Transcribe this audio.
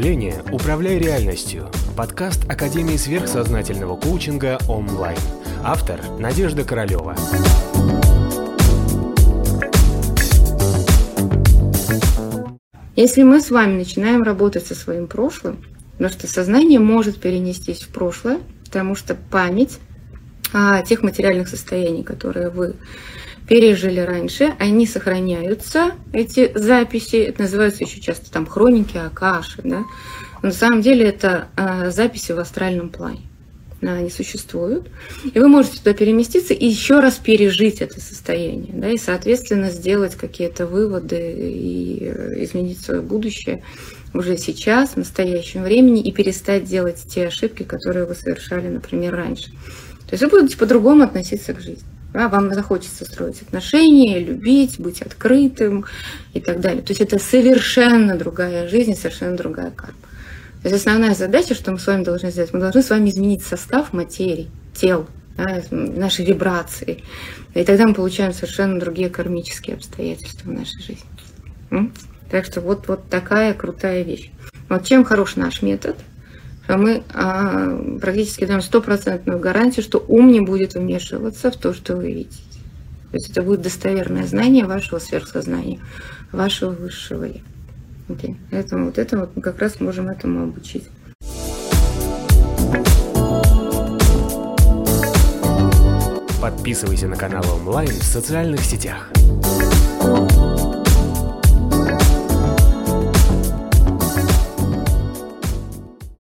мышления управляй реальностью. Подкаст Академии сверхсознательного коучинга онлайн. Автор Надежда Королева. Если мы с вами начинаем работать со своим прошлым, потому что сознание может перенестись в прошлое, потому что память тех материальных состояний, которые вы пережили раньше, они сохраняются, эти записи, это называется еще часто там хроники, акаши, да? Но на самом деле это записи в астральном плане. Они существуют, и вы можете туда переместиться и еще раз пережить это состояние, да, и, соответственно, сделать какие-то выводы и изменить свое будущее уже сейчас, в настоящем времени, и перестать делать те ошибки, которые вы совершали, например, раньше. То есть вы будете по-другому относиться к жизни. Да, вам захочется строить отношения, любить, быть открытым и так далее. То есть это совершенно другая жизнь, совершенно другая карма. То есть основная задача, что мы с вами должны сделать, мы должны с вами изменить состав материи, тел, да, наши вибрации. И тогда мы получаем совершенно другие кармические обстоятельства в нашей жизни. Так что вот такая крутая вещь. Вот чем хорош наш метод, что мы практически даем стопроцентную гарантию, что ум не будет вмешиваться в то, что вы видите. То есть это будет достоверное знание вашего сверхсознания, вашего высшего я. Okay. Поэтому мы как раз можем этому обучить. Подписывайся на канал онлайн в социальных сетях.